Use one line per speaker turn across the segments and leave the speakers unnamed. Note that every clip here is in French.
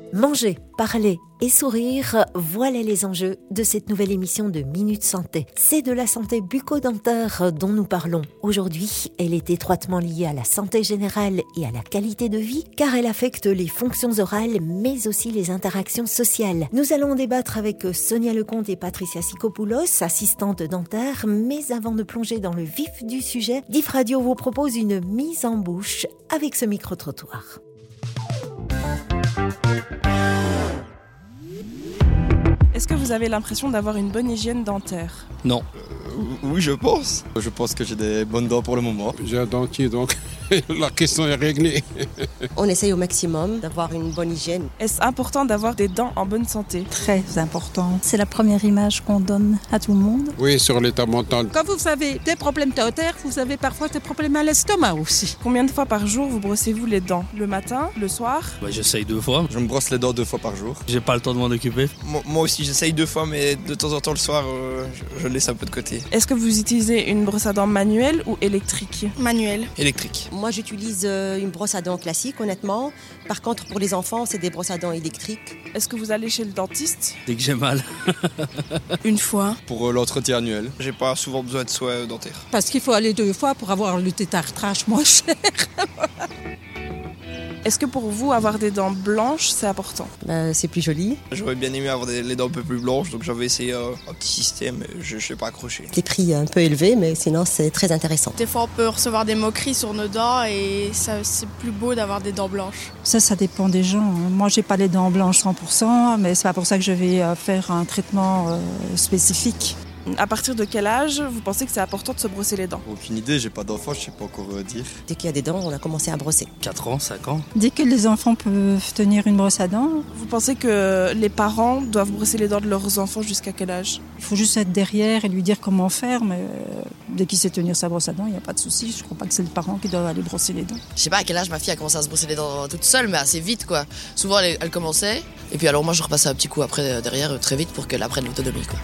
Manger, parler et sourire, voilà les enjeux de cette nouvelle émission de Minute Santé. C'est de la santé bucco-dentaire dont nous parlons aujourd'hui. Elle est étroitement liée à la santé générale et à la qualité de vie, car elle affecte les fonctions orales, mais aussi les interactions sociales. Nous allons débattre avec Sonia Lecomte et Patricia Sikopoulos, assistantes dentaires, mais avant de plonger dans le vif du sujet, Diff Radio vous propose une mise en bouche avec ce micro-trottoir.
Est-ce que vous avez l'impression d'avoir une bonne hygiène dentaire ?
Non. Oui, je pense. Je pense que j'ai des bonnes dents pour le moment.
J'ai un dentier, donc la question est réglée.
On essaye au maximum d'avoir une bonne hygiène.
Est-ce important d'avoir des dents en bonne santé ?
Très important. C'est la première image qu'on donne à tout le monde.
Oui, sur l'état mental.
Quand vous avez des problèmes dentaires, vous avez parfois des problèmes à l'estomac aussi.
Combien de fois par jour vous brossez-vous les dents ? Le matin, le soir ?
J'essaye 2 fois. Je me brosse les dents 2 fois par jour. J'ai pas le temps de m'en occuper.
Moi aussi, j'essaye 2 fois, mais de temps en temps le soir, je laisse un peu de côté.
Est-ce que vous utilisez une brosse à dents manuelle ou électrique ?
Manuelle.
Électrique.
Moi, j'utilise une brosse à dents classique, honnêtement. Par contre, pour les enfants, c'est des brosses à dents électriques.
Est-ce que vous allez chez le dentiste ?
Dès que j'ai mal.
Une fois.
Pour l'entretien annuel.
J'ai pas souvent besoin de soins dentaires.
Parce qu'il faut aller 2 fois pour avoir le détartrage moins cher.
Est-ce que pour vous, avoir des dents blanches, c'est important ?
C'est plus joli.
J'aurais bien aimé avoir les dents un peu plus blanches, donc j'avais essayé un petit système, mais je ne sais pas accroché.
Les prix un peu élevés, mais sinon, c'est très intéressant.
Des fois, on peut recevoir des moqueries sur nos dents et ça, c'est plus beau d'avoir des dents blanches.
Ça dépend des gens. Moi, j'ai pas les dents blanches 100%, mais c'est pas pour ça que je vais faire un traitement spécifique.
À partir de quel âge vous pensez que c'est important de se brosser les dents ?
Aucune idée, j'ai pas d'enfant, je sais pas encore dire.
Dès qu'il y a des dents, on a commencé à brosser.
4 ans, 5 ans.
Dès que les enfants peuvent tenir une brosse à dents,
Vous pensez que les parents doivent brosser les dents de leurs enfants jusqu'à quel âge ?
il faut juste être derrière et lui dire comment faire, mais dès qu'il sait tenir sa brosse à dents, il n'y a pas de souci. Je crois pas que c'est les parents qui doivent aller brosser les dents.
Je sais pas à quel âge ma fille a commencé à se brosser les dents toute seule, mais assez vite quoi. Souvent elle commençait, et puis alors moi je repassais un petit coup après derrière très vite pour qu'elle apprenne l'autonomie quoi.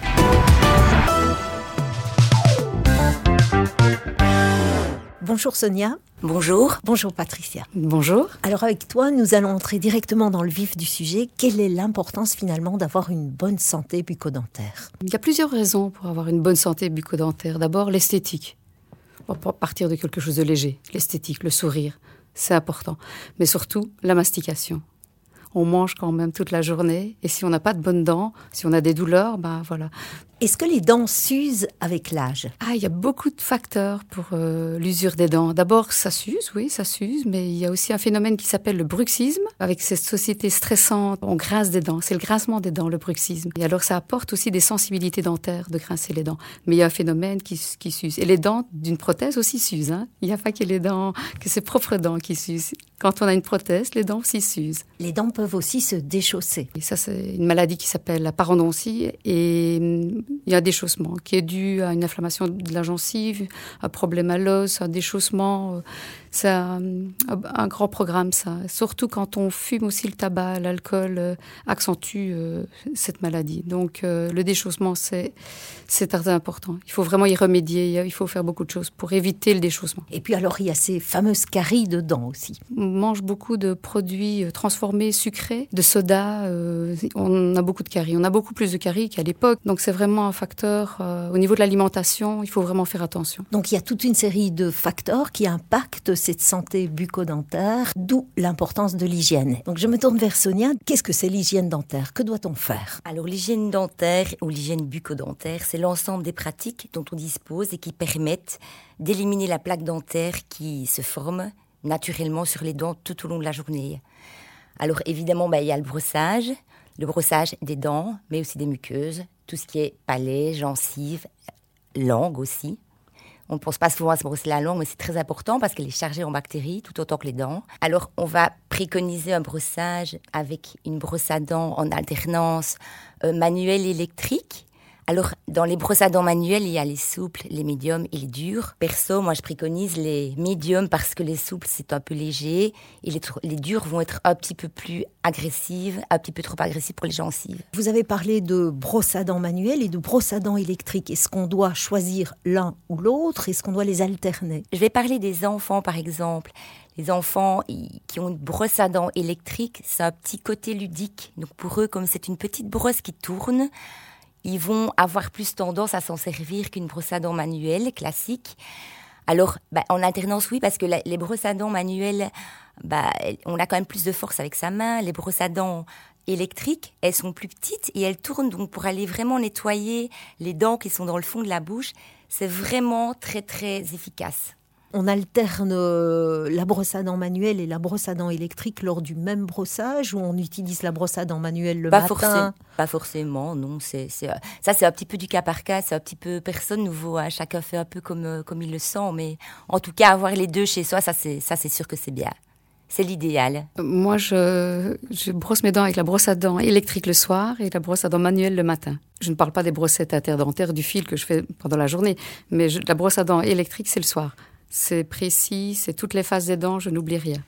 Bonjour Sonia.
Bonjour.
Bonjour Patricia.
Bonjour.
Alors avec toi, nous allons entrer directement dans le vif du sujet. Quelle est l'importance finalement d'avoir une bonne santé bucco-dentaire ?
Il y a plusieurs raisons pour avoir une bonne santé bucco-dentaire. D'abord, l'esthétique. On va partir de quelque chose de léger. L'esthétique, le sourire, c'est important. Mais surtout, la mastication. On mange quand même toute la journée. Et si on n'a pas de bonnes dents, si on a des douleurs, voilà.
Est-ce que les dents s'usent avec l'âge ?
Il y a beaucoup de facteurs pour l'usure des dents. D'abord, ça s'use, oui, ça s'use, mais il y a aussi un phénomène qui s'appelle le bruxisme. Avec cette société stressante, on grince des dents. C'est le grincement des dents, le bruxisme. Et alors, ça apporte aussi des sensibilités dentaires de grincer les dents. Mais il y a un phénomène qui s'use. Et les dents d'une prothèse aussi s'usent. Il n'y a pas que les dents, que ses propres dents qui s'usent. Quand on a une prothèse, les dents aussi s'usent.
Les dents peuvent aussi se déchausser.
Et ça, c'est une maladie qui s'appelle la parodontie. Et il y a un déchaussement qui est dû à une inflammation de la gencive, un problème à l'os, un déchaussement. C'est un grand programme, ça. Surtout quand on fume aussi le tabac, l'alcool accentue cette maladie. Donc, le déchaussement, c'est très important. Il faut vraiment y remédier. Il faut faire beaucoup de choses pour éviter le déchaussement.
Et puis alors, il y a ces fameuses caries de dents aussi.
On mange beaucoup de produits transformés, sucrés, de soda. On a beaucoup de caries. On a beaucoup plus de caries qu'à l'époque. Donc, c'est vraiment un facteur. Au niveau de l'alimentation, il faut vraiment faire attention.
Donc, il y a toute une série de facteurs qui impactent cette santé bucco-dentaire, d'où l'importance de l'hygiène. Donc, je me tourne vers Sonia. Qu'est-ce que c'est l'hygiène dentaire ? Que doit-on faire ?
Alors, l'hygiène dentaire ou l'hygiène bucco-dentaire, c'est l'ensemble des pratiques dont on dispose et qui permettent d'éliminer la plaque dentaire qui se forme naturellement sur les dents tout au long de la journée. Alors, évidemment, il y a le brossage des dents, mais aussi des muqueuses, tout ce qui est palais, gencives, langue aussi. On ne pense pas souvent à se brosser la langue, mais c'est très important parce qu'elle est chargée en bactéries, tout autant que les dents. Alors, on va préconiser un brossage avec une brosse à dents en alternance manuelle et électrique. Alors, dans les brosses à dents manuelles, il y a les souples, les médiums et les durs. Perso, moi, je préconise les médiums parce que les souples, c'est un peu léger. Et les durs vont être un petit peu plus agressives, un petit peu trop agressives pour les gencives.
Vous avez parlé de brosses à dents manuelles et de brosses à dents électriques. Est-ce qu'on doit choisir l'un ou l'autre ? Est-ce qu'on doit les alterner ?
Je vais parler des enfants, par exemple. Les enfants qui ont une brosse à dents électrique, ça a un petit côté ludique. Donc pour eux, comme c'est une petite brosse qui tourne, ils vont avoir plus tendance à s'en servir qu'une brosse à dents manuelle classique. Alors, en alternance, oui, parce que les brosses à dents manuelles, on a quand même plus de force avec sa main. Les brosses à dents électriques, elles sont plus petites et elles tournent. Donc pour aller vraiment nettoyer les dents qui sont dans le fond de la bouche, c'est vraiment très, très efficace.
On alterne la brosse à dents manuelle et la brosse à dents électrique lors du même brossage, ou on utilise la brosse à dents manuelle le matin?
Pas forcément, non. Ça, c'est un petit peu du cas par cas. C'est un petit peu personne nouveau. Hein. Chacun fait un peu comme il le sent. Mais en tout cas, avoir les deux chez soi, ça c'est sûr que c'est bien. C'est l'idéal.
Moi, je brosse mes dents avec la brosse à dents électrique le soir et la brosse à dents manuelle le matin. Je ne parle pas des brossettes interdentaires du fil que je fais pendant la journée, mais la brosse à dents électrique, c'est le soir. C'est précis, c'est toutes les phases des dents, je n'oublie rien.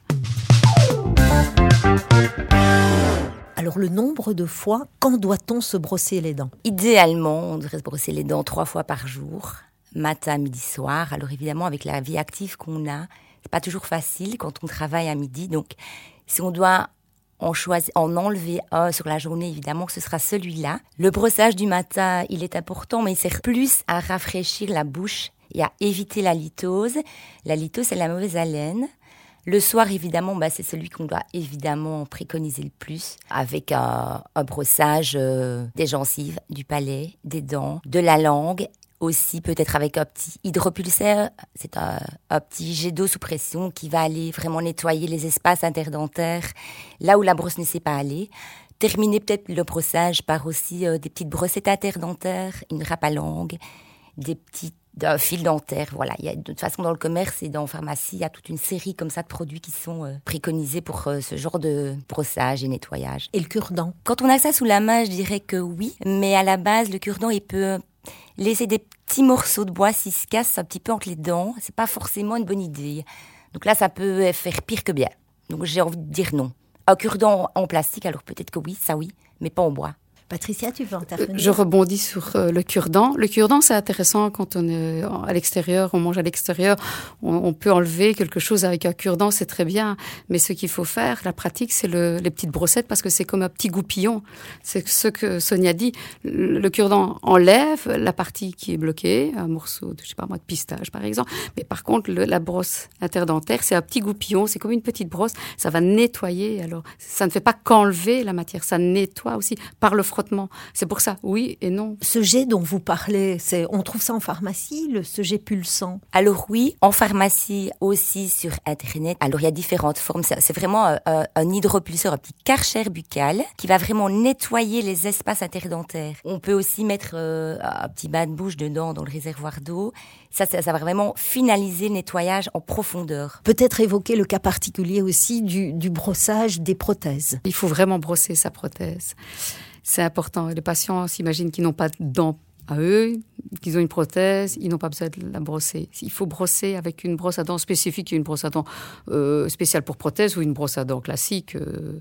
Alors, le nombre de fois, quand doit-on se brosser les dents?
Idéalement, on devrait se brosser les dents 3 fois par jour, matin, midi, soir. Alors évidemment, avec la vie active qu'on a, c'est pas toujours facile quand on travaille à midi. Donc, si on doit en enlever un sur la journée, évidemment que ce sera celui-là. Le brossage du matin, il est important, mais il sert plus à rafraîchir la bouche et à éviter la litose. La litose, c'est la mauvaise haleine. Le soir, évidemment, c'est celui qu'on doit évidemment préconiser le plus, avec un brossage des gencives, du palais, des dents, de la langue, aussi peut-être avec un petit hydropulsaire. C'est un petit jet d'eau sous pression qui va aller vraiment nettoyer les espaces interdentaires, là où la brosse ne sait pas aller. Terminer peut-être le brossage par aussi des petites brossettes interdentaires, une râpe à langue, des petits fil dentaire, voilà. Il y a, de toute façon, dans le commerce et dans la pharmacie, il y a toute une série comme ça de produits qui sont préconisés pour ce genre de brossage et nettoyage.
Et le cure-dent? Quand
on a ça sous la main, je dirais que oui, mais à la base, le cure-dent, il peut laisser des petits morceaux de bois s'il se casse un petit peu entre les dents. C'est pas forcément une bonne idée. Donc là, ça peut faire pire que bien. Donc j'ai envie de dire non. Un cure-dent en plastique, alors peut-être que oui, ça oui, mais pas en bois.
Patricia, tu veux intervenir?
Je rebondis sur le cure-dent. Le cure-dent, c'est intéressant quand on est à l'extérieur, on mange à l'extérieur, on peut enlever quelque chose avec un cure-dent, c'est très bien. Mais ce qu'il faut faire, la pratique, c'est les petites brossettes parce que c'est comme un petit goupillon. C'est ce que Sonia dit. Le cure-dent enlève la partie qui est bloquée, un morceau de, de pistache par exemple. Mais par contre, la brosse interdentaire, c'est un petit goupillon, c'est comme une petite brosse. Ça va nettoyer. Alors, ça ne fait pas qu'enlever la matière, ça nettoie aussi par le frottement. C'est pour ça, oui et non.
Ce jet dont vous parlez, on trouve ça en pharmacie, ce jet pulsant?
Alors oui, en pharmacie, aussi sur Internet. Alors il y a différentes formes. C'est vraiment un hydropulseur, un petit karcher buccal qui va vraiment nettoyer les espaces interdentaires. On peut aussi mettre un petit bain de bouche dedans dans le réservoir d'eau. Ça va vraiment finaliser le nettoyage en profondeur.
Peut-être évoquer le cas particulier aussi du brossage des prothèses.
Il faut vraiment brosser sa prothèse. C'est important. Les patients s'imaginent qu'ils n'ont pas de dents à eux, qu'ils ont une prothèse, ils n'ont pas besoin de la brosser. Il faut brosser avec une brosse à dents spécifique, une brosse à dents spéciale pour prothèse ou une brosse à dents classique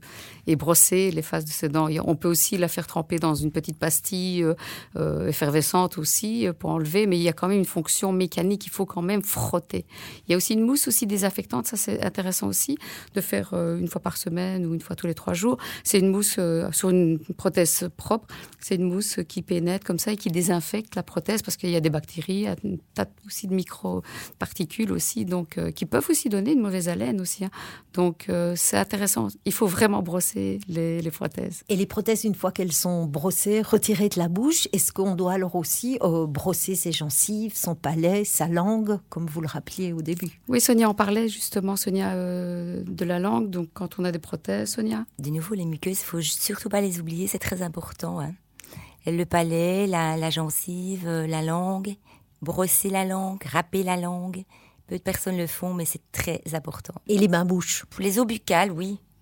et brosser les faces de ces dents. On peut aussi la faire tremper dans une petite pastille effervescente aussi pour enlever, mais il y a quand même une fonction mécanique, il faut quand même frotter. Il y a aussi une mousse aussi désinfectante, ça c'est intéressant aussi de faire une fois par semaine ou une fois tous les 3 jours. C'est une mousse sur une prothèse propre, c'est une mousse qui pénètre comme ça et qui désinfecte la prothèse parce qu'il y a des bactéries, il y a un tas aussi de micro-particules aussi, donc qui peuvent aussi donner une mauvaise haleine aussi. Hein. Donc c'est intéressant. Il faut vraiment brosser les prothèses.
Et les prothèses, une fois qu'elles sont brossées, retirées de la bouche, est-ce qu'on doit alors aussi brosser ses gencives, son palais, sa langue, comme vous le rappeliez au début?
Oui, Sonia en parlait justement, Sonia, de la langue. Donc quand on a des prothèses, Sonia?
De nouveau, les muqueuses, il ne faut surtout pas les oublier, c'est très important. Hein. Le palais, la gencive, la langue, brosser la langue, râper la langue. Peu de personnes le font, mais c'est très important.
Et les bains-bouches?
Pour les eaux buccales, oui.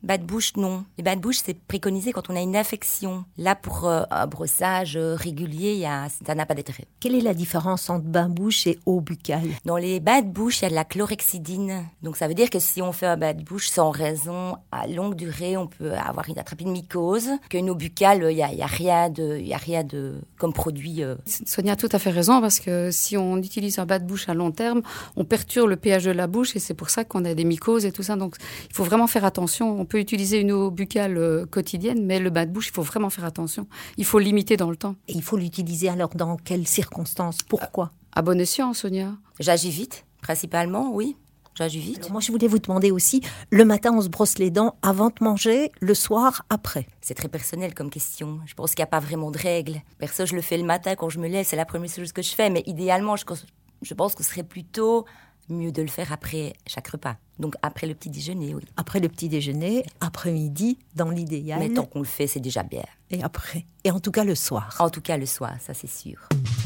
Bas de bouche, non. Les bas de bouche, c'est préconisé quand on a une infection. Là, pour un brossage régulier, ça n'a pas d'intérêt.
Quelle est la différence entre bain de bouche et eau buccale?
Dans les bas de bouche, il y a de la chlorhexidine. Donc ça veut dire que si on fait un bas de bouche sans raison, à longue durée, on peut attraper une mycose. Qu'une eau buccale, il y a rien de comme produit.
Sonia a tout à fait raison, parce que si on utilise un bas de bouche à long terme, on perturbe le pH de la bouche, et c'est pour ça qu'on a des mycoses et tout ça. Donc il faut vraiment faire attention. On peut utiliser une eau buccale quotidienne, mais le bas de bouche, il faut vraiment faire attention. Il faut limiter dans le temps.
Et il faut l'utiliser alors dans quelles circonstances? Pourquoi?
À bon escient, Sonia.
J'agis vite, principalement, oui. J'agis vite.
Alors moi, je voulais vous demander aussi, le matin, on se brosse les dents avant de manger, le soir, après?
C'est très personnel comme question. Je pense qu'il n'y a pas vraiment de règle. Perso, je le fais le matin quand je me lève, c'est la première chose que je fais. Mais idéalement, je pense que ce serait plutôt mieux de le faire après chaque repas. Donc après le petit déjeuner, oui.
Après le petit déjeuner, après-midi, dans l'idéal.
Mais tant qu'on le fait, c'est déjà bien.
Et après? Et en tout cas le soir?
En tout cas le soir, ça c'est sûr.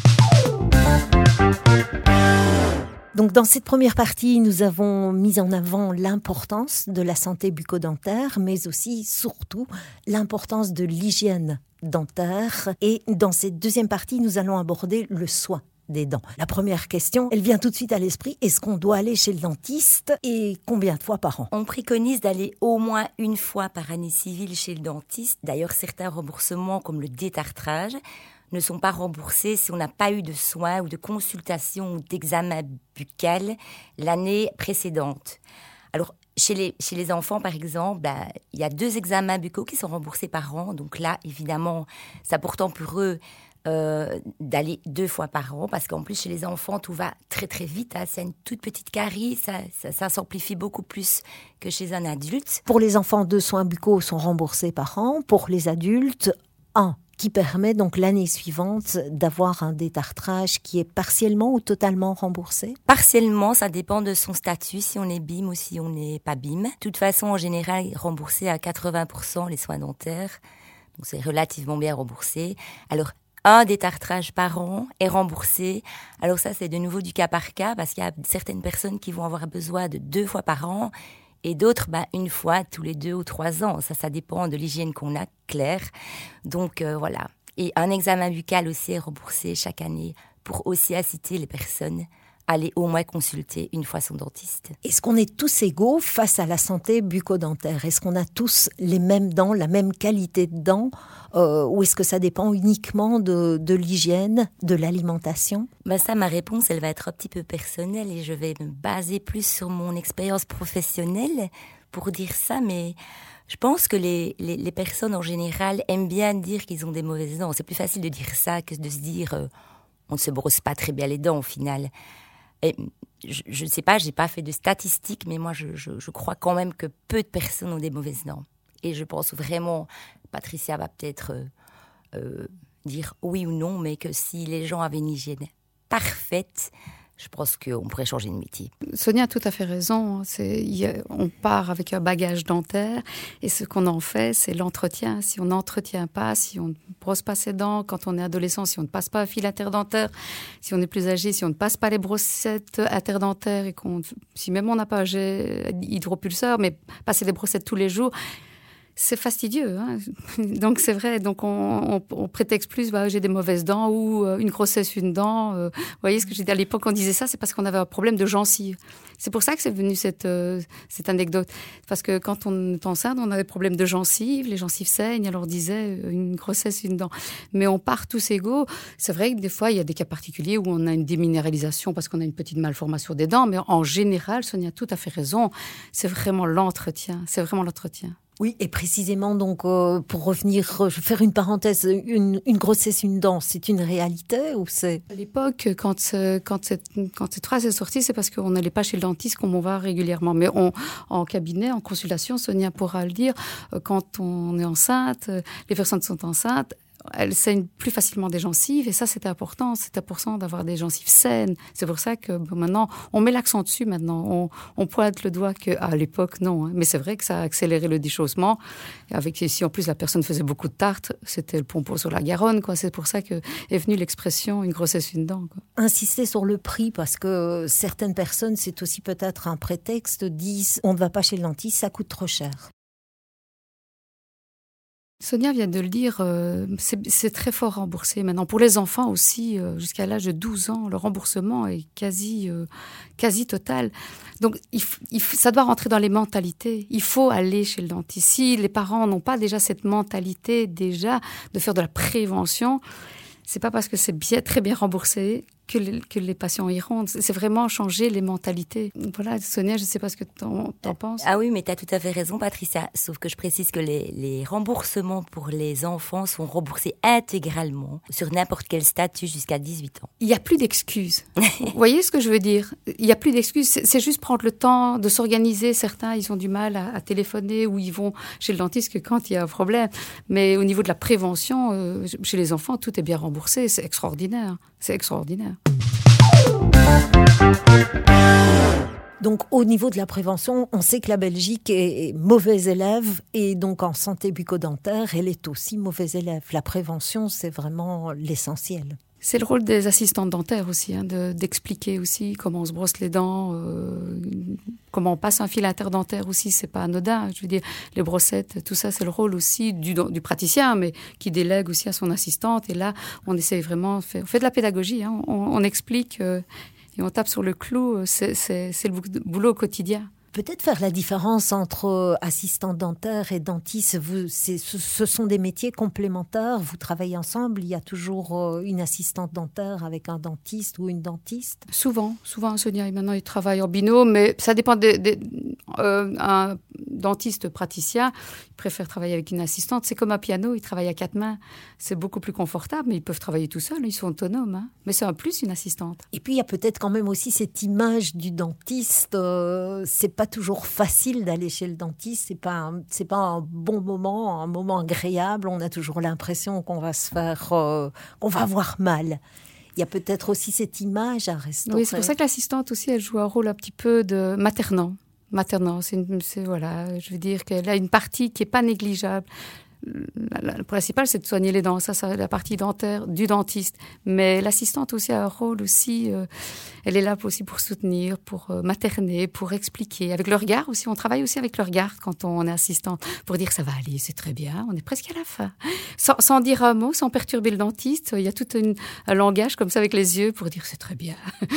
Donc dans cette première partie, nous avons mis en avant l'importance de la santé bucco-dentaire, mais aussi, surtout, l'importance de l'hygiène dentaire. Et dans cette deuxième partie, nous allons aborder le soin des dents. La première question, elle vient tout de suite à l'esprit. Est-ce qu'on doit aller chez le dentiste et combien de fois par an?
On préconise d'aller au moins une fois par année civile chez le dentiste. D'ailleurs, certains remboursements, comme le détartrage, ne sont pas remboursés si on n'a pas eu de soins ou de consultation ou d'examen buccal l'année précédente. Alors, chez les enfants, par exemple, il y a 2 examens buccaux qui sont remboursés par an. Donc là, évidemment, c'est important pour eux d'aller 2 fois par an, parce qu'en plus, chez les enfants, tout va très très vite. C'est une toute petite carie, ça s'amplifie beaucoup plus que chez un adulte.
Pour les enfants, 2 soins buccaux sont remboursés par an. Pour les adultes, 1. Qui permet donc l'année suivante d'avoir un détartrage qui est partiellement ou totalement remboursé?
Partiellement, ça dépend de son statut, si on est BIM ou si on n'est pas BIM. De toute façon, en général, il est remboursé à 80% les soins dentaires, donc c'est relativement bien remboursé. Alors, un détartrage par an est remboursé. Alors ça, c'est de nouveau du cas par cas, parce qu'il y a certaines personnes qui vont avoir besoin de 2 fois par an, et d'autres, une fois tous les 2 ou 3 ans. Ça dépend de l'hygiène qu'on a, clair. Donc voilà. Et un examen buccal aussi est remboursé chaque année pour aussi inciter les personnes à aller au moins consulter une fois son dentiste.
Est-ce qu'on est tous égaux face à la santé bucco-dentaire? Est-ce qu'on a tous les mêmes dents, la même qualité de dents, ou est-ce que ça dépend uniquement de l'hygiène, de l'alimentation?
Ça, ma réponse, elle va être un petit peu personnelle et je vais me baser plus sur mon expérience professionnelle pour dire ça, mais je pense que les personnes en général aiment bien dire qu'ils ont des mauvaises dents. C'est plus facile de dire ça que de se dire on ne se brosse pas très bien les dents au final. Et je ne sais pas, j'ai pas fait de statistiques, mais moi je crois quand même que peu de personnes ont des mauvaises dents. Et je pense vraiment, Patricia va peut-être dire oui ou non, mais que si les gens avaient une hygiène parfaite, je pense qu'on pourrait changer de métier.
Sonia a tout à fait raison. On part avec un bagage dentaire et ce qu'on en fait, c'est l'entretien. Si on n'entretient pas, si on ne brosse pas ses dents quand on est adolescent, si on ne passe pas un fil interdentaire, si on est plus âgé, si on ne passe pas les brossettes interdentaires et si même on n'a pas un hydropulseur, mais passer des brossettes tous les jours, c'est fastidieux, hein. Donc c'est vrai, donc on prétexte plus j'ai des mauvaises dents ou une grossesse, une dent. Vous voyez ce que j'ai dit à l'époque, on disait ça, c'est parce qu'on avait un problème de gencive. C'est pour ça que c'est venu cette anecdote. Parce que quand on est enceinte, on a des problèmes de gencive, les gencives saignent, alors on disait une grossesse, une dent. Mais on part tous égaux. C'est vrai que des fois, il y a des cas particuliers où on a une déminéralisation parce qu'on a une petite malformation des dents, mais en général, Sonia a tout à fait raison, c'est vraiment l'entretien.
Oui, et précisément, donc, pour revenir, faire une parenthèse, une grossesse, une dent, c'est une réalité ou c'est...
À l'époque, quand cette phrase est sortie, c'est parce qu'on n'allait pas chez le dentiste comme on va régulièrement. Mais en cabinet, en consultation, Sonia pourra le dire, quand on est enceinte, les personnes qui sont enceintes, elles saignent plus facilement des gencives et ça c'était important d'avoir des gencives saines. C'est pour ça que maintenant on met l'accent dessus. Maintenant on pointe le doigt qu'à l'époque non, hein. Mais c'est vrai que ça a accéléré le déchaussement. Si en plus la personne faisait beaucoup de tartes, c'était le pompon sur la Garonne, quoi. C'est pour ça que est venue l'expression une grossesse, une dent, quoi.
Insister sur le prix parce que certaines personnes, c'est aussi peut-être un prétexte, disent on ne va pas chez le dentiste, ça coûte trop cher.
Sonia vient de le dire, c'est très fort remboursé maintenant. Pour les enfants aussi, jusqu'à l'âge de 12 ans, le remboursement est quasi total. Donc, ça doit rentrer dans les mentalités. Il faut aller chez le dentiste. Si les parents n'ont pas déjà cette mentalité déjà de faire de la prévention, c'est pas parce que c'est très bien remboursé que les patients iront. C'est vraiment changer les mentalités. Voilà, Sonia, je ne sais pas ce que t'en penses.
Ah oui, mais tu as tout à fait raison, Patricia. Sauf que je précise que les remboursements pour les enfants sont remboursés intégralement sur n'importe quel statut jusqu'à 18 ans.
Il n'y a plus d'excuses. Vous voyez ce que je veux dire? Il n'y a plus d'excuses. C'est juste prendre le temps de s'organiser. Certains, ils ont du mal à téléphoner ou ils vont chez le dentiste que quand il y a un problème. Mais au niveau de la prévention, chez les enfants, tout est bien remboursé. C'est extraordinaire. C'est extraordinaire.
Donc, au niveau de la prévention, on sait que la Belgique est mauvaise élève et donc en santé bucco-dentaire, elle est aussi mauvaise élève. La prévention, c'est vraiment l'essentiel.
C'est le rôle des assistantes dentaires aussi, d'expliquer aussi comment on se brosse les dents, comment on passe un fil interdentaire aussi, c'est pas anodin. Je veux dire, les brossettes, tout ça, c'est le rôle aussi du praticien, mais qui délègue aussi à son assistante. Et là, on essaie vraiment, on fait de la pédagogie, on explique et on tape sur le clou. C'est le boulot au quotidien.
Peut-être faire la différence entre assistant dentaire et dentiste. Ce sont des métiers complémentaires. Vous travaillez ensemble. Il y a toujours une assistante dentaire avec un dentiste ou une dentiste.
Souvent, Sonia. Maintenant, ils travaillent en binôme, mais ça dépend un dentiste praticien, il préfère travailler avec une assistante. C'est comme un piano, il travaille à 4 mains. C'est beaucoup plus confortable, mais ils peuvent travailler tout seuls. Ils sont autonomes. Mais c'est en plus une assistante.
Et puis, il y a peut-être quand même aussi cette image du dentiste. C'est pas toujours facile d'aller chez le dentiste. C'est pas un bon moment, un moment agréable. On a toujours l'impression qu'on va se faire, qu'on va avoir mal. Il y a peut-être aussi cette image à restaurer.
Oui, c'est pour ça que l'assistante aussi, elle joue un rôle un petit peu de maternant. Voilà, je veux dire qu'elle a une partie qui est pas négligeable. Le principal, c'est de soigner les dents. Ça, c'est la partie dentaire du dentiste. Mais l'assistante aussi a un rôle aussi. Elle est là aussi pour soutenir, pour materner, pour expliquer. Avec le regard aussi. On travaille aussi avec le regard quand on est assistante. Pour dire ça va aller, c'est très bien. On est presque à la fin. Sans dire un mot, sans perturber le dentiste. Il y a tout un langage comme ça avec les yeux pour dire c'est très bien.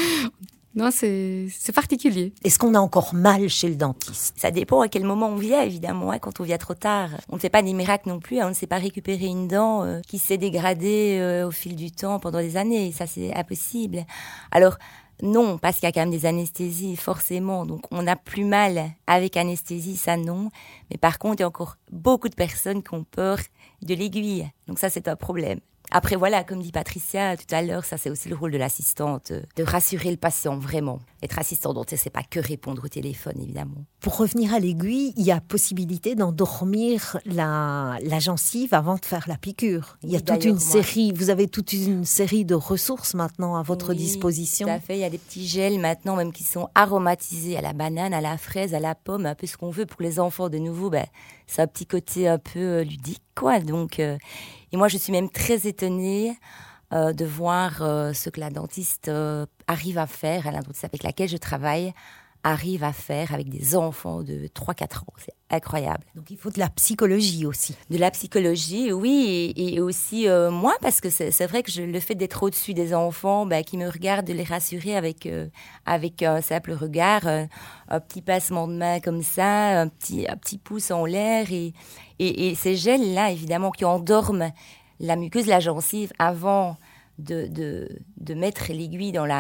Non, c'est particulier.
Est-ce qu'on a encore mal chez le dentiste?
Ça dépend à quel moment on vient, évidemment. Quand on vient trop tard, on ne fait pas des miracles non plus. On ne sait pas récupérer une dent qui s'est dégradée au fil du temps pendant des années. Ça, c'est impossible. Alors, non, parce qu'il y a quand même des anesthésies, forcément. Donc, on a plus mal avec anesthésie, ça non. Mais par contre, il y a encore beaucoup de personnes qui ont peur de l'aiguille. Donc ça, c'est un problème. Après, voilà, comme dit Patricia tout à l'heure, ça c'est aussi le rôle de l'assistante, de rassurer le patient, vraiment. Être assistant dentiste, c'est pas que répondre au téléphone, évidemment.
Pour revenir à l'aiguille, il y a possibilité d'endormir la gencive avant de faire la piqûre. Il y a vous avez toute une série de ressources maintenant à votre disposition.
Tout à fait, il y a des petits gels maintenant même qui sont aromatisés à la banane, à la fraise, à la pomme, un peu ce qu'on veut pour les enfants. De nouveau, c'est un petit côté un peu ludique, quoi. Donc, et moi, je suis même très étonnée de voir ce que la dentiste arrive à faire, la dentiste avec laquelle je travaille, arrive à faire avec des enfants de 3-4 ans. C'est incroyable.
Donc il faut de la psychologie aussi.
De la psychologie, oui, et aussi moi, parce que c'est vrai que le fait d'être au-dessus des enfants, qui me regardent, de les rassurer avec un simple regard, un petit passement de main comme ça, un petit pouce en l'air, et ces gels-là, évidemment, qui endorment la muqueuse, la gencive, avant de mettre l'aiguille dans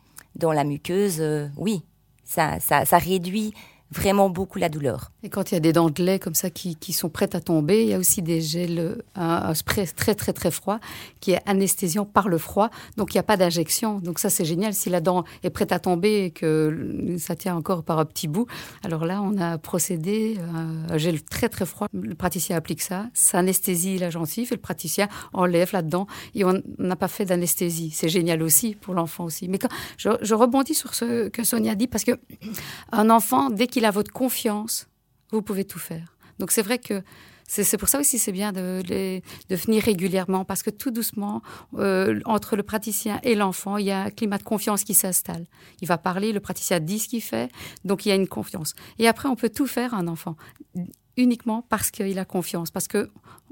la muqueuse, oui. Ça réduit vraiment beaucoup la douleur.
Et quand il y a des dents de lait comme ça qui sont prêtes à tomber, il y a aussi des gels, un spray très très très froid qui est anesthésiant par le froid, donc il n'y a pas d'injection. Donc ça c'est génial, si la dent est prête à tomber et que ça tient encore par un petit bout, alors là on a procédé un gel très très froid. Le praticien applique ça anesthésie la gencive et le praticien enlève là-dedans et on n'a pas fait d'anesthésie. C'est génial aussi pour l'enfant aussi. Mais quand je rebondis sur ce que Sonia dit, parce que un enfant, dès qu'il a votre confiance, vous pouvez tout faire. Donc c'est vrai que c'est pour ça aussi c'est bien de venir régulièrement, parce que tout doucement, entre le praticien et l'enfant, il y a un climat de confiance qui s'installe. Il va parler, le praticien dit ce qu'il fait, donc il y a une confiance. Et après, on peut tout faire à un enfant. uniquement parce qu'il a confiance, parce que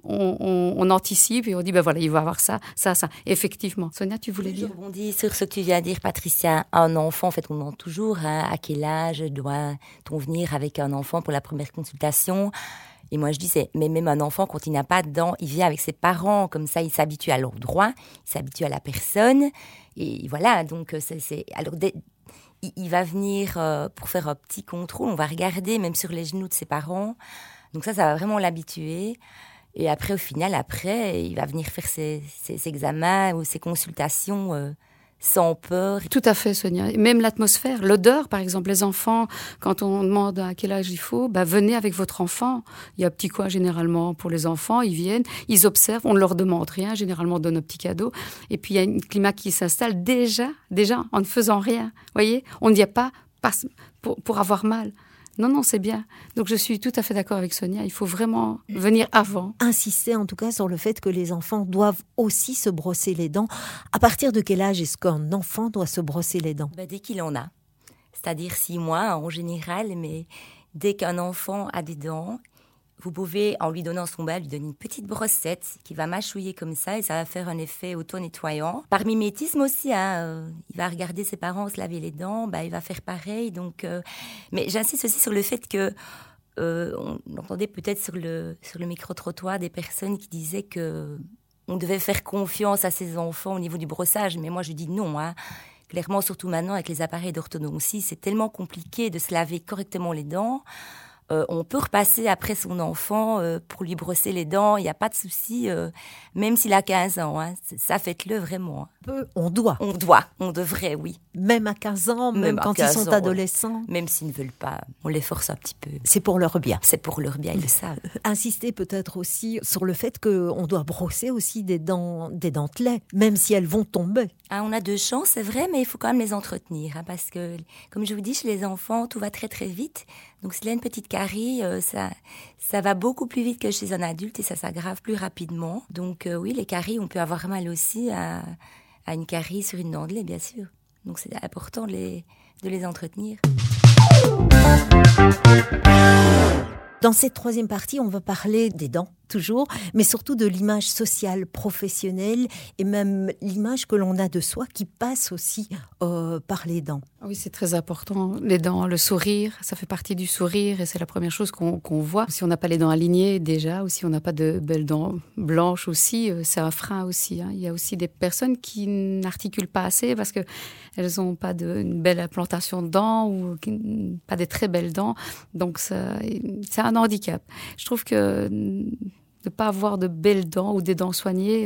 on anticipe et on dit, ben voilà, il va avoir ça. Effectivement. Sonia, tu voulais dire?
Je rebondis sur ce que tu viens de dire, Patricia. Un enfant, en fait, on demande toujours à quel âge doit-on venir avec un enfant pour la première consultation. Et moi, je dis, mais même un enfant, quand il n'a pas de dents, il vient avec ses parents. Comme ça, il s'habitue à l'endroit, il s'habitue à la personne. Et voilà, donc alors, il va venir pour faire un petit contrôle. On va regarder même sur les genoux de ses parents. Donc ça va vraiment l'habituer. Et après, au final, il va venir faire ses examens ou ses consultations sans peur.
Tout à fait, Sonia. Même l'atmosphère, l'odeur, par exemple, les enfants, quand on demande à quel âge il faut, venez avec votre enfant. Il y a un petit coin généralement pour les enfants, ils viennent, ils observent, on ne leur demande rien, généralement on donne un petit cadeau. Et puis il y a un climat qui s'installe déjà en ne faisant rien. Vous voyez, on n'y a pas pour avoir mal. Non, c'est bien. Donc je suis tout à fait d'accord avec Sonia. Il faut vraiment venir avant.
Insister en tout cas sur le fait que les enfants doivent aussi se brosser les dents. À partir de quel âge est-ce qu'un enfant doit se brosser les dents ?
Dès qu'il en a. C'est-à-dire 6 mois en général, mais dès qu'un enfant a des dents, vous pouvez, en lui donnant son bain, lui donner une petite brossette qui va mâchouiller comme ça et ça va faire un effet auto-nettoyant. Par mimétisme aussi, il va regarder ses parents se laver les dents, il va faire pareil. Donc, mais j'insiste aussi sur le fait que on entendait peut-être sur le micro-trottoir des personnes qui disaient que on devait faire confiance à ses enfants au niveau du brossage. Mais moi, je dis non. Clairement, surtout maintenant avec les appareils d'orthodontie, c'est tellement compliqué de se laver correctement les dents. On peut repasser après son enfant pour lui brosser les dents, il n'y a pas de souci, même s'il a 15 ans. Ça, faites-le vraiment.
On doit.
On devrait, oui.
Même à 15 ans, même quand ils sont adolescents.
Même s'ils ne veulent pas, on les force un petit peu.
C'est pour leur bien.
C'est pour leur bien, ils le savent.
Insister peut-être aussi sur le fait qu'on doit brosser aussi des dentelets, même si elles vont tomber.
On a de chance, c'est vrai, mais il faut quand même les entretenir. Parce que, comme je vous dis, chez les enfants, tout va très très vite. Donc s'il y a une petite carie, ça va beaucoup plus vite que chez un adulte et ça s'aggrave plus rapidement. Donc oui, les caries, on peut avoir mal aussi à une carie sur une dentelée, bien sûr. Donc c'est important de les entretenir.
Dans cette troisième partie, on va parler des dents, toujours, mais surtout de l'image sociale, professionnelle et même l'image que l'on a de soi qui passe aussi par les dents.
Oui, c'est très important. Les dents, le sourire, ça fait partie du sourire et c'est la première chose qu'on voit. Si on n'a pas les dents alignées déjà, ou si on n'a pas de belles dents blanches aussi, c'est un frein aussi. Il y a aussi des personnes qui n'articulent pas assez parce qu'elles n'ont pas une belle implantation de dents ou pas des très belles dents. Donc c'est un handicap. Je trouve que de ne pas avoir de belles dents ou des dents soignées,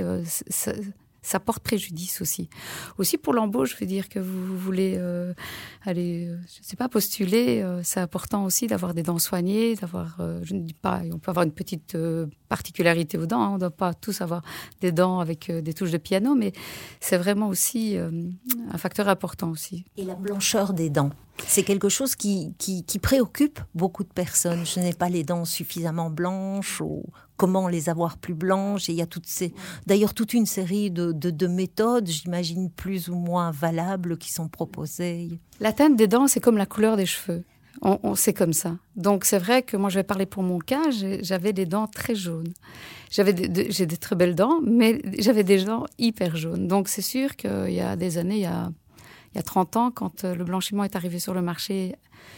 ça porte préjudice aussi. Aussi pour l'embauche, je veux dire que vous voulez aller, je ne sais pas, postuler, c'est important aussi d'avoir des dents soignées, je ne dis pas, on peut avoir une petite particularité aux dents, on ne doit pas tous avoir des dents avec des touches de piano, mais c'est vraiment aussi un facteur important aussi.
Et la blancheur des dents, c'est quelque chose qui préoccupe beaucoup de personnes. Je n'ai pas les dents suffisamment blanches, ou comment les avoir plus blanches. Et il y a d'ailleurs toute une série de méthodes, j'imagine plus ou moins valables, qui sont proposées.
La teinte des dents, c'est comme la couleur des cheveux. C'est comme ça. Donc c'est vrai que moi, je vais parler pour mon cas, j'avais des dents très jaunes. J'ai des très belles dents, mais j'avais des dents hyper jaunes. Donc c'est sûr qu'il y a des années, il y a 30 ans, quand le blanchiment est arrivé sur le marché,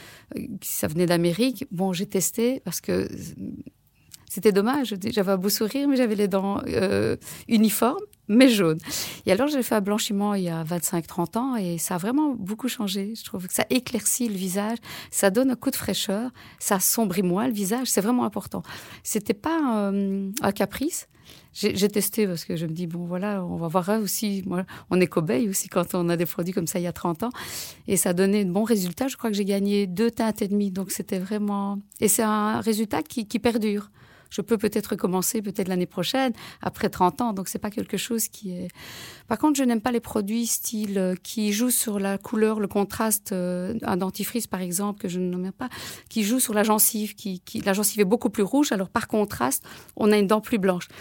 ça venait d'Amérique, j'ai testé parce que c'était dommage. J'avais un beau sourire, mais j'avais les dents uniformes, mais jaunes. Et alors, j'ai fait un blanchiment il y a 25-30 ans et ça a vraiment beaucoup changé. Je trouve que ça éclaircit le visage, ça donne un coup de fraîcheur, ça assombrit moins le visage, c'est vraiment important. C'était pas un caprice. J'ai testé parce que je me dis, voilà, on va voir aussi. Moi, on est cobaye aussi quand on a des produits comme ça il y a 30 ans. Et ça a donné de bons résultats. Je crois que j'ai gagné 2 teintes et demie. Donc, c'était vraiment... Et c'est un résultat qui perdure. Je peux peut-être recommencer l'année prochaine, après 30 ans. Donc, c'est pas quelque chose qui est... Par contre, je n'aime pas les produits style qui jouent sur la couleur, le contraste. Un dentifrice, par exemple, que je ne nomme pas, qui joue sur la gencive. La gencive est beaucoup plus rouge. Alors, par contraste, on a une dent plus blanche.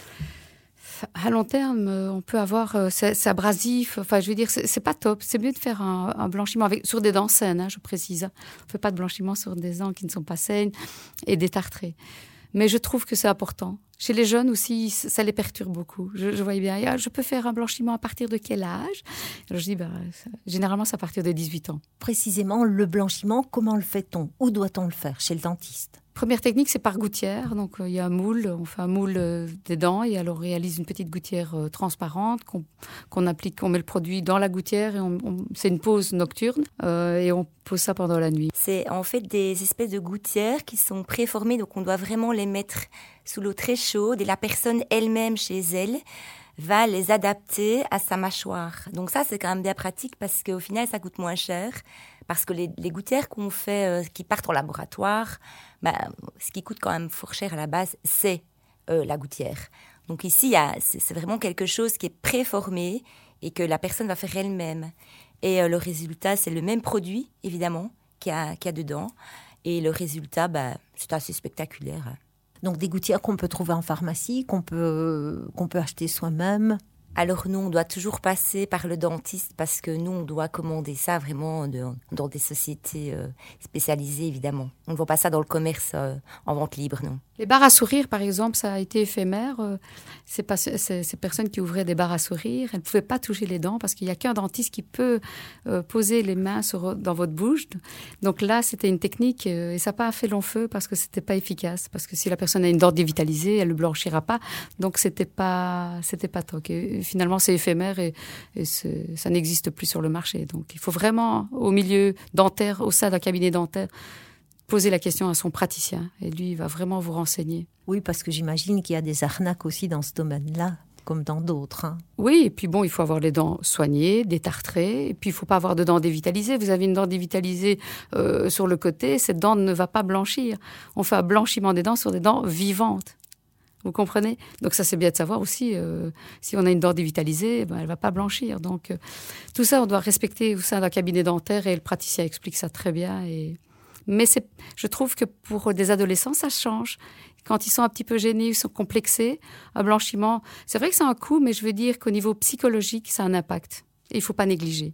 À long terme, on peut avoir... c'est abrasif. Enfin, je veux dire, c'est pas top. C'est mieux de faire un blanchiment sur des dents saines, je précise. On ne fait pas de blanchiment sur des dents qui ne sont pas saines et détartrées. Mais je trouve que c'est important. Chez les jeunes aussi, ça les perturbe beaucoup. Je voyais bien, je peux faire un blanchiment à partir de quel âge? Alors je dis, généralement, c'est à partir de 18 ans.
Précisément, le blanchiment, comment le fait-on? Où doit-on le faire? Chez le dentiste?
Première technique, c'est par gouttière. Donc, il y a un moule, on fait un moule des dents et alors on réalise une petite gouttière transparente qu'on applique, on met le produit dans la gouttière et c'est une pause nocturne et on pose ça pendant la nuit.
C'est en fait des espèces de gouttières qui sont préformées, donc on doit vraiment les mettre sous l'eau très chaude et la personne elle-même chez elle va les adapter à sa mâchoire. Donc ça, c'est quand même bien pratique parce qu'au final, ça coûte moins cher. Parce que les gouttières qu'on fait, qui partent en laboratoire, ce qui coûte quand même fort cher à la base, c'est la gouttière. Donc ici, c'est vraiment quelque chose qui est préformé et que la personne va faire elle-même. Et le résultat, c'est le même produit, évidemment, qu'il y a dedans. Et le résultat, c'est assez spectaculaire.
Donc des gouttières qu'on peut trouver en pharmacie, qu'on peut acheter soi-même.
Alors nous, on doit toujours passer par le dentiste parce que nous, on doit commander ça vraiment dans des sociétés spécialisées, évidemment. On ne voit pas ça dans le commerce en vente libre, non.
Les barres à sourire, par exemple, ça a été éphémère. Ces personnes qui ouvraient des barres à sourire, elles ne pouvaient pas toucher les dents parce qu'il n'y a qu'un dentiste qui peut poser les mains dans votre bouche. Donc là, c'était une technique et ça n'a pas fait long feu parce que ce n'était pas efficace. Parce que si la personne a une dent dévitalisée, elle ne le blanchira pas. Donc, ce n'était pas toc. Et finalement, c'est éphémère et ça n'existe plus sur le marché. Donc, il faut vraiment, au milieu dentaire, au sein d'un cabinet dentaire, poser la question à son praticien. Et lui, il va vraiment vous renseigner.
Oui, parce que j'imagine qu'il y a des arnaques aussi dans ce domaine-là, comme dans d'autres.
Oui, et puis il faut avoir les dents soignées, détartrées. Et puis, il ne faut pas avoir de dents dévitalisées. Vous avez une dent dévitalisée sur le côté, cette dent ne va pas blanchir. On fait un blanchiment des dents sur des dents vivantes. Vous comprenez? Donc ça, c'est bien de savoir aussi, si on a une dent dévitalisée, elle ne va pas blanchir. Donc tout ça, on doit respecter au sein d'un cabinet dentaire et le praticien explique ça très bien. Mais je trouve que pour des adolescents, ça change. Quand ils sont un petit peu gênés, ils sont complexés, un blanchiment, c'est vrai que c'est un coût, mais je veux dire qu'au niveau psychologique, ça a un impact. Et il ne faut pas négliger.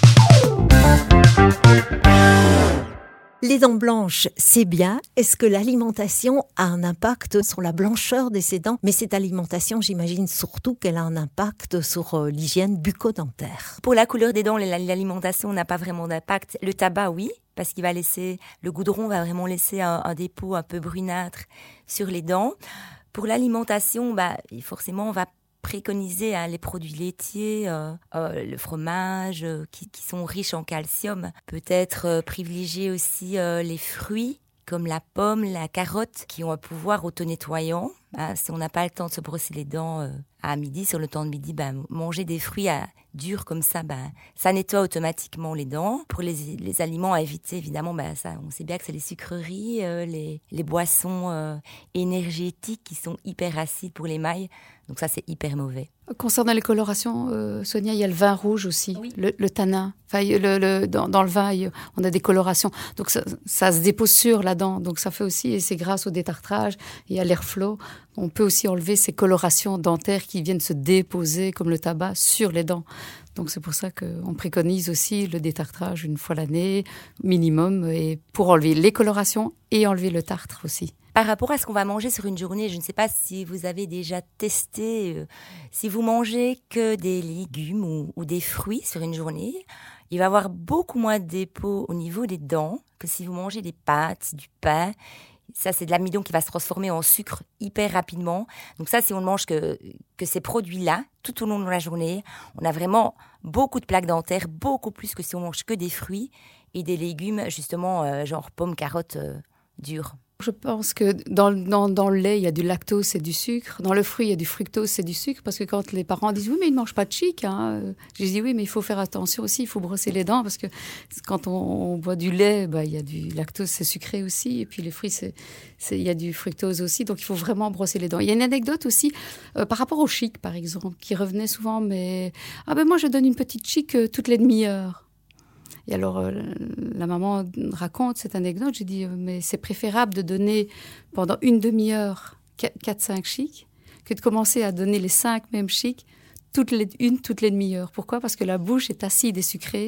Les dents blanches, c'est bien. Est-ce que l'alimentation a un impact sur la blancheur de ces dents? Mais cette alimentation, j'imagine surtout qu'elle a un impact sur l'hygiène bucco-dentaire.
Pour la couleur des dents, l'alimentation n'a pas vraiment d'impact. Le tabac, oui, parce qu'il va laisser, le goudron va vraiment laisser un dépôt un peu brunâtre sur les dents. Pour l'alimentation, forcément, on va préconiser les produits laitiers, le fromage, qui sont riches en calcium. Peut-être privilégier aussi les fruits, comme la pomme, la carotte, qui ont un pouvoir auto-nettoyant. Si on n'a pas le temps de se brosser les dents à midi, sur le temps de midi, manger des fruits durs comme ça, ça nettoie automatiquement les dents. Pour les aliments à éviter, évidemment, ça, on sait bien que c'est les sucreries, les boissons énergétiques qui sont hyper acides pour l'émail. Donc ça, c'est hyper mauvais.
Concernant les colorations, Sonia, il y a le vin rouge aussi, oui. le tanin. Enfin, dans le vin, on a des colorations. Donc ça se dépose sur la dent. Donc ça fait aussi, et c'est grâce au détartrage et à l'airflow, on peut aussi enlever ces colorations dentaires qui viennent se déposer, comme le tabac, sur les dents. Donc c'est pour ça qu'on préconise aussi le détartrage une fois l'année, minimum, et pour enlever les colorations et enlever le tartre aussi.
Par rapport à ce qu'on va manger sur une journée, je ne sais pas si vous avez déjà testé, si vous mangez que des légumes ou des fruits sur une journée, il va y avoir beaucoup moins de dépôts au niveau des dents que si vous mangez des pâtes, du pain. Ça, c'est de l'amidon qui va se transformer en sucre hyper rapidement. Donc ça, si on ne mange que ces produits-là, tout au long de la journée, on a vraiment beaucoup de plaques dentaires, beaucoup plus que si on mange que des fruits et des légumes, justement, genre pommes, carottes dures.
Je pense que dans le lait, il y a du lactose, c'est du sucre. Dans le fruit, il y a du fructose, c'est du sucre. Parce que quand les parents disent « Oui, mais ils ne mangent pas de chic. » Je dis « Oui, mais il faut faire attention aussi. Il faut brosser les dents. Parce que quand on boit du lait, il y a du lactose, c'est sucré aussi. Et puis les fruits, il y a du fructose aussi. Donc, il faut vraiment brosser les dents. » Il y a une anecdote aussi par rapport au chic, par exemple, qui revenait souvent. Mais moi, je donne une petite chic toutes les demi-heures. Et alors, la maman raconte cette anecdote. J'ai dit, mais c'est préférable de donner pendant une demi-heure 4-5 chics que de commencer à donner les 5 mêmes chics toutes les demi-heures. Pourquoi? Parce que la bouche est acide et sucrée.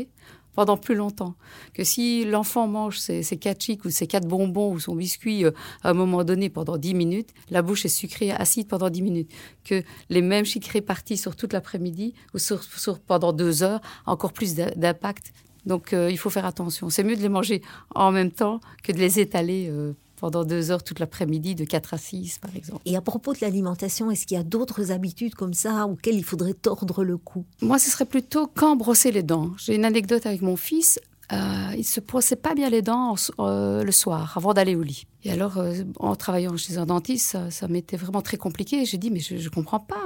pendant plus longtemps. Que si l'enfant mange ses 4 chics ou ses 4 bonbons ou son biscuit à un moment donné pendant 10 minutes, la bouche est sucrée, acide pendant 10 minutes. Que les mêmes chics répartis sur toute l'après-midi ou pendant 2 heures, encore plus d'impact. Donc il faut faire attention. C'est mieux de les manger en même temps que de les étaler pendant 2 heures toute l'après-midi, de 4 à 6 par exemple.
Et à propos de l'alimentation, est-ce qu'il y a d'autres habitudes comme ça auxquelles il faudrait tordre le cou?
Moi, ce serait plutôt quand brosser les dents. J'ai une anecdote avec mon fils. Il ne se brossait pas bien les dents le soir, avant d'aller au lit. Et alors, en travaillant chez un dentiste, ça m'était vraiment très compliqué. J'ai dit, mais je ne comprends pas.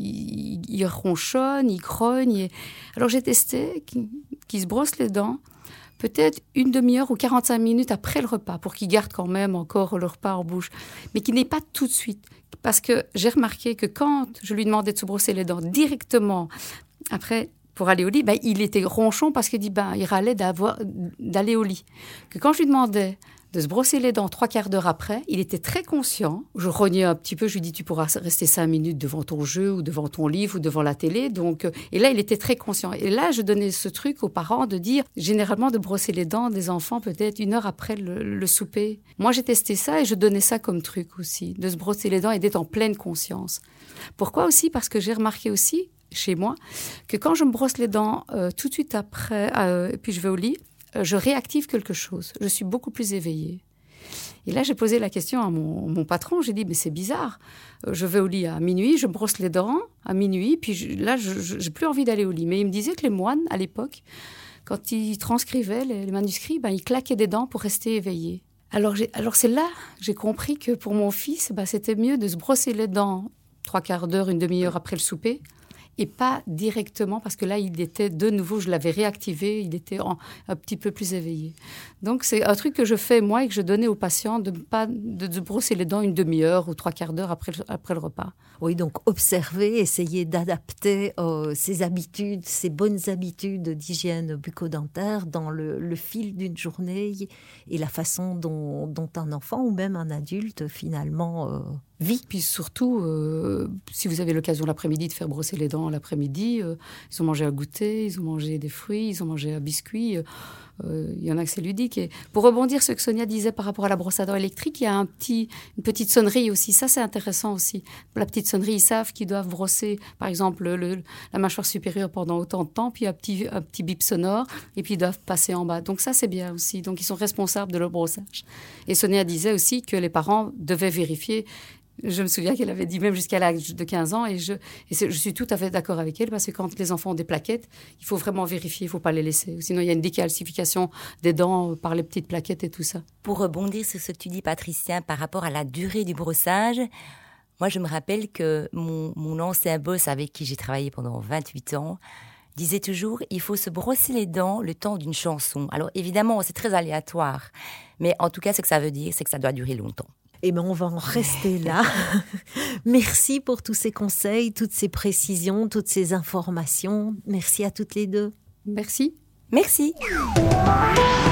Il ronchonne, il grogne. Alors, j'ai testé qu'il se brosse les dents peut-être une demi-heure ou 45 minutes après le repas, pour qu'il garde quand même encore le repas en bouche, mais qu'il n'ait pas tout de suite. Parce que j'ai remarqué que quand je lui demandais de se brosser les dents directement après, pour aller au lit, il était ronchon parce qu'il dit il râlait d'aller au lit. Que quand je lui demandais de se brosser les dents 3/4 d'heure après, il était très conscient. Je rognais un petit peu, je lui dis tu pourras rester 5 minutes devant ton jeu ou devant ton livre ou devant la télé. Donc, et là, il était très conscient. Et là, je donnais ce truc aux parents de dire généralement de brosser les dents des enfants peut-être 1 heure après le souper. Moi, j'ai testé ça et je donnais ça comme truc aussi, de se brosser les dents et d'être en pleine conscience. Pourquoi aussi? Parce que j'ai remarqué aussi chez moi que quand je me brosse les dents tout de suite après, et puis je vais au lit, je réactive quelque chose. Je suis beaucoup plus éveillée. Et là, j'ai posé la question à mon patron. J'ai dit, mais c'est bizarre. Je vais au lit à minuit, je me brosse les dents à minuit, puis là, je n'ai plus envie d'aller au lit. Mais il me disait que les moines, à l'époque, quand ils transcrivaient les manuscrits, ils claquaient des dents pour rester éveillés. Alors c'est là que j'ai compris que pour mon fils, c'était mieux de se brosser les dents 3/4 d'heure, une demi-heure après le souper, et pas directement, parce que là, il était de nouveau, je l'avais réactivé, il était un petit peu plus éveillé. Donc, c'est un truc que je fais, moi, et que je donnais aux patients, de brosser les dents une demi-heure ou 3/4 d'heure après le repas.
Oui, donc observer, essayer d'adapter ses habitudes, ses bonnes habitudes d'hygiène bucco-dentaire dans le fil d'une journée et la façon dont un enfant ou même un adulte, finalement, vit.
Puis surtout, si vous avez l'occasion l'après-midi de faire brosser les dents l'après-midi, ils ont mangé un goûter, ils ont mangé des fruits, ils ont mangé un biscuit. Il y en a que c'est ludique. Et pour rebondir sur ce que Sonia disait par rapport à la brosse à dents électrique, il y a une petite sonnerie aussi. Ça, c'est intéressant aussi. La petite sonnerie, ils savent qu'ils doivent brosser, par exemple, la mâchoire supérieure pendant autant de temps, puis un petit bip sonore, et puis ils doivent passer en bas. Donc ça, c'est bien aussi. Donc ils sont responsables de leur brossage. Et Sonia disait aussi que les parents devaient vérifier. Je me souviens qu'elle avait dit même jusqu'à l'âge de 15 ans, et je suis tout à fait d'accord avec elle, parce que quand les enfants ont des plaquettes, il faut vraiment vérifier, il ne faut pas les laisser. Sinon, il y a une décalcification des dents par les petites plaquettes et tout ça.
Pour rebondir sur ce que tu dis, Patricia, par rapport à la durée du brossage, moi, je me rappelle que mon ancien boss avec qui j'ai travaillé pendant 28 ans disait toujours, il faut se brosser les dents le temps d'une chanson. Alors, évidemment, c'est très aléatoire, mais en tout cas, ce que ça veut dire, c'est que ça doit durer longtemps.
Eh bien, on va en rester là. Merci pour tous ces conseils, toutes ces précisions, toutes ces informations. Merci à toutes les deux.
Merci.
Merci.